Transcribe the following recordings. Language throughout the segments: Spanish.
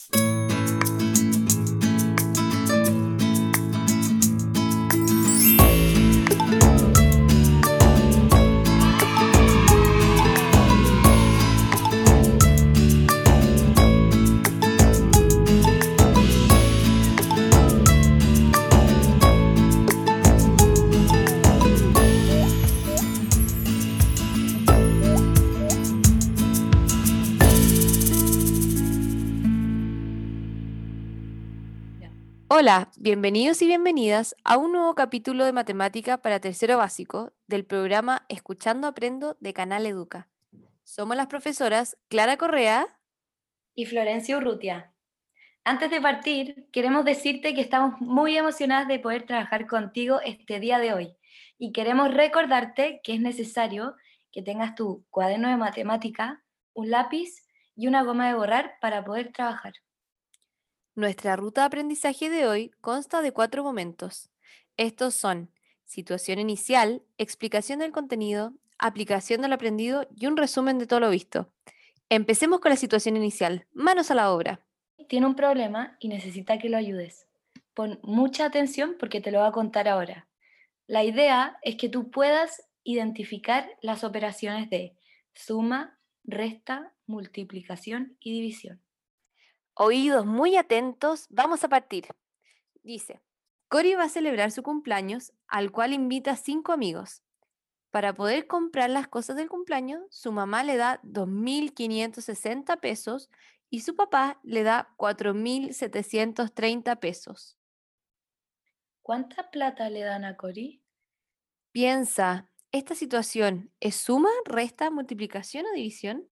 Hola, bienvenidos y bienvenidas a un nuevo capítulo de Matemática para Tercero Básico del programa Escuchando Aprendo de Canal Educa. Somos las profesoras Clara Correa y Florencia Urrutia. Antes de partir, queremos decirte que estamos muy emocionadas de poder trabajar contigo este día de hoy y queremos recordarte que es necesario que tengas tu cuaderno de matemática, un lápiz y una goma de borrar para poder trabajar. Nuestra ruta de aprendizaje de hoy consta de 4 momentos. Estos son situación inicial, explicación del contenido, aplicación del aprendido y un resumen de todo lo visto. Empecemos con la situación inicial. Manos a la obra. Tiene un problema y necesita que lo ayudes. Pon mucha atención porque te lo va a contar ahora. La idea es que tú puedas identificar las operaciones de suma, resta, multiplicación y división. Oídos muy atentos, vamos a partir. Dice, Cory va a celebrar su cumpleaños, al cual invita a 5 amigos. Para poder comprar las cosas del cumpleaños, su mamá le da 2.560 pesos y su papá le da 4.730 pesos. ¿Cuánta plata le dan a Cori? Piensa, ¿esta situación es suma, resta, multiplicación o división?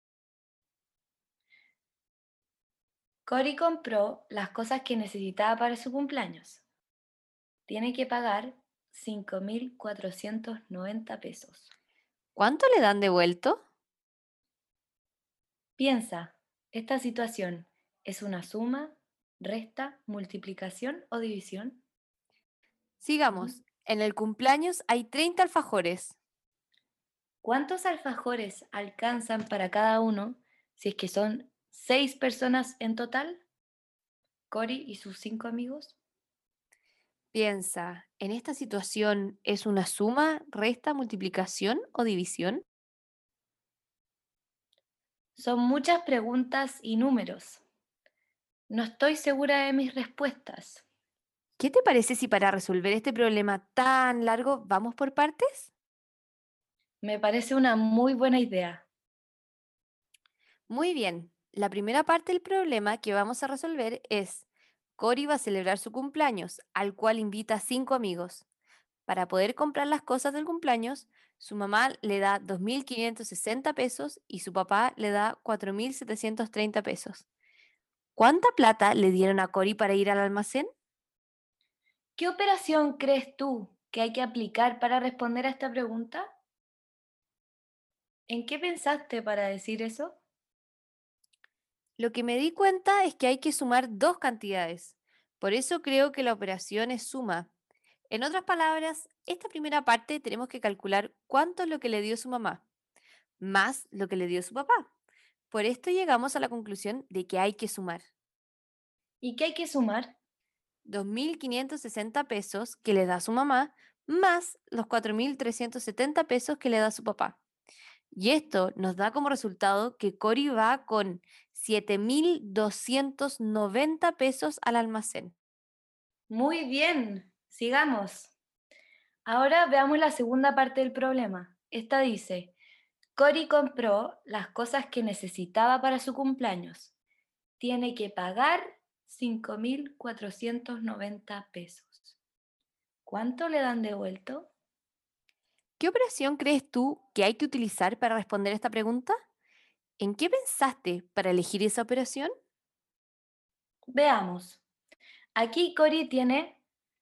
Cori compró las cosas que necesitaba para su cumpleaños. Tiene que pagar 5.490 pesos. ¿Cuánto le dan devuelto? Piensa, ¿esta situación es una suma, resta, multiplicación o división? Sigamos, en el cumpleaños hay 30 alfajores. ¿Cuántos alfajores alcanzan para cada uno si es que son 6 personas en total? Cori y sus 5 amigos. Piensa, ¿en esta situación es una suma, resta, multiplicación o división? Son muchas preguntas y números. No estoy segura de mis respuestas. ¿Qué te parece si para resolver este problema tan largo vamos por partes? Me parece una muy buena idea. Muy bien, la primera parte del problema que vamos a resolver es, Cory va a celebrar su cumpleaños, al cual invita a 5 amigos. Para poder comprar las cosas del cumpleaños, su mamá le da 2.560 pesos y su papá le da 4.730 pesos. ¿Cuánta plata le dieron a Cory para ir al almacén? ¿Qué operación crees tú que hay que aplicar para responder a esta pregunta? ¿En qué pensaste para decir eso? Lo que me di cuenta es que hay que sumar dos cantidades. Por eso creo que la operación es suma. En otras palabras, esta primera parte tenemos que calcular cuánto es lo que le dio su mamá, más lo que le dio su papá. Por esto llegamos a la conclusión de que hay que sumar ¿Y qué hay que sumar? 2.560 pesos que le da su mamá, más los 4.370 pesos que le da su papá. Y esto nos da como resultado que Cory va con 7.290 pesos al almacén. Muy bien, sigamos. Ahora veamos la segunda parte del problema. Esta dice, Cori compró las cosas que necesitaba para su cumpleaños. Tiene que pagar 5.490 pesos. ¿Cuánto le dan devuelto? ¿Qué operación crees tú que hay que utilizar para responder esta pregunta? ¿En qué pensaste para elegir esa operación? Veamos. Aquí Cori tiene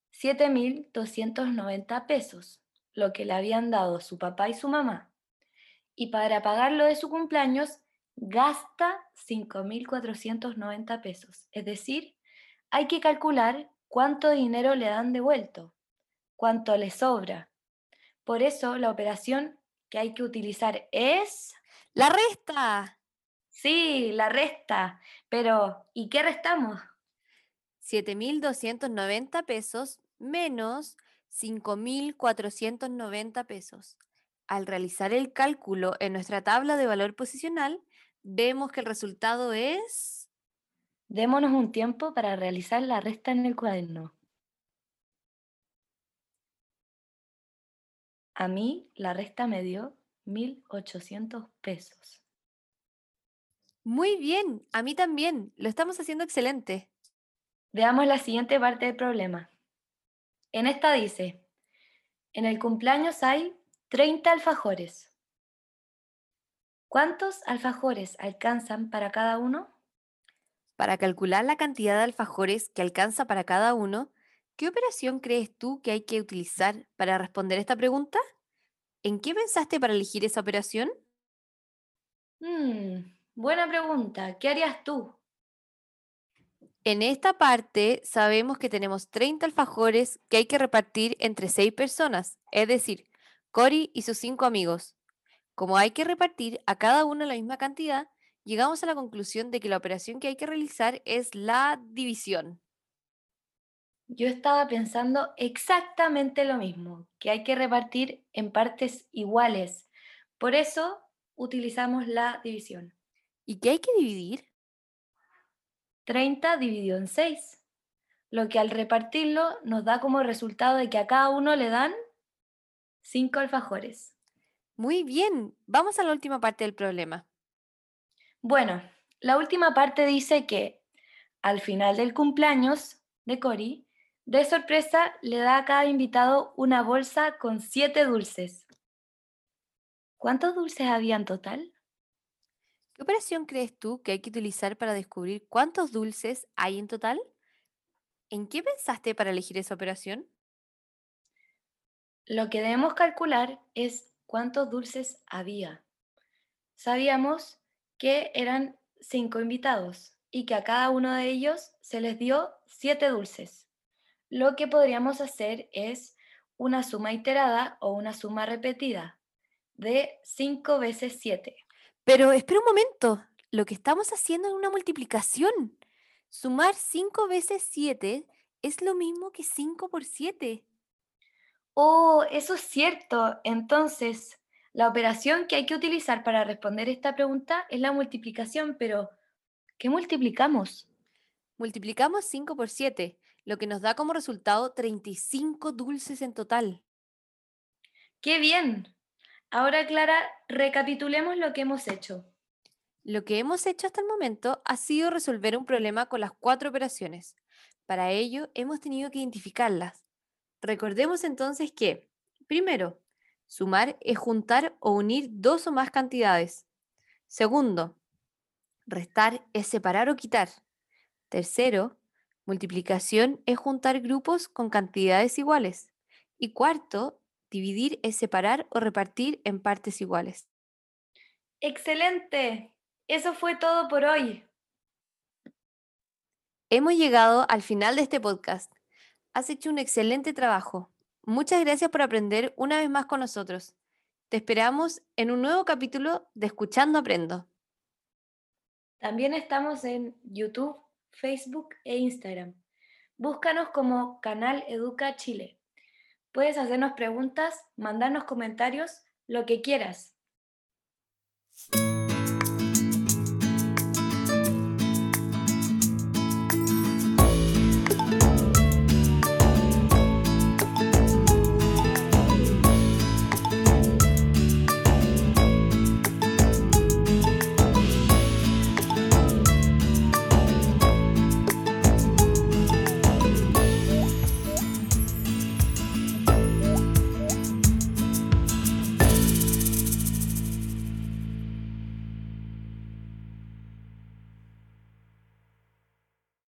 7.290 pesos, lo que le habían dado su papá y su mamá. Y para pagar lo de su cumpleaños, gasta 5.490 pesos. Es decir, hay que calcular cuánto dinero le dan devuelto, cuánto le sobra. Por eso la operación que hay que utilizar es... ¡La resta! Sí, la resta. Pero, ¿y qué restamos? 7.290 pesos menos 5.490 pesos. Al realizar el cálculo en nuestra tabla de valor posicional, vemos que el resultado es... Démonos un tiempo para realizar la resta en el cuaderno. A mí la resta me dio 1.800 pesos. Muy bien, a mí también, lo estamos haciendo excelente. Veamos la siguiente parte del problema. En esta dice, en el cumpleaños hay 30 alfajores. ¿Cuántos alfajores alcanzan para cada uno? Para calcular la cantidad de alfajores que alcanza para cada uno, ¿qué operación crees tú que hay que utilizar para responder esta pregunta? ¿En qué pensaste para elegir esa operación? Buena pregunta. ¿Qué harías tú? En esta parte sabemos que tenemos 30 alfajores que hay que repartir entre 6 personas, es decir, Cory y sus 5 amigos. Como hay que repartir a cada uno la misma cantidad, llegamos a la conclusión de que la operación que hay que realizar es la división. Yo estaba pensando exactamente lo mismo, que hay que repartir en partes iguales. Por eso utilizamos la división. ¿Y qué hay que dividir? 30 dividido en 6, lo que al repartirlo nos da como resultado de que a cada uno le dan 5 alfajores. Muy bien, vamos a la última parte del problema. Bueno, la última parte dice que al final del cumpleaños de Cory, de sorpresa le da a cada invitado una bolsa con 7 dulces. ¿Cuántos dulces había en total? ¿Qué operación crees tú que hay que utilizar para descubrir cuántos dulces hay en total? ¿En qué pensaste para elegir esa operación? Lo que debemos calcular es cuántos dulces había. Sabíamos que eran 5 invitados y que a cada uno de ellos se les dio 7 dulces. Lo que podríamos hacer es una suma iterada o una suma repetida de 5 veces 7. Pero espera un momento, lo que estamos haciendo es una multiplicación. Sumar 5 veces 7 es lo mismo que 5 por 7. Oh, eso es cierto. Entonces, la operación que hay que utilizar para responder esta pregunta es la multiplicación, pero ¿qué multiplicamos? Multiplicamos 5 por 7, lo que nos da como resultado 35 dulces en total. ¡Qué bien! Ahora, Clara, recapitulemos lo que hemos hecho. Lo que hemos hecho hasta el momento ha sido resolver un problema con las 4 operaciones. Para ello, hemos tenido que identificarlas. Recordemos entonces que, primero, sumar es juntar o unir dos o más cantidades. Segundo, restar es separar o quitar. Tercero, multiplicación es juntar grupos con cantidades iguales. Y cuarto, dividir es separar o repartir en partes iguales. ¡Excelente! Eso fue todo por hoy. Hemos llegado al final de este podcast. Has hecho un excelente trabajo. Muchas gracias por aprender una vez más con nosotros. Te esperamos en un nuevo capítulo de Escuchando Aprendo. También estamos en YouTube, Facebook e Instagram. Búscanos como Canal Educa Chile. Puedes hacernos preguntas, mandarnos comentarios, lo que quieras.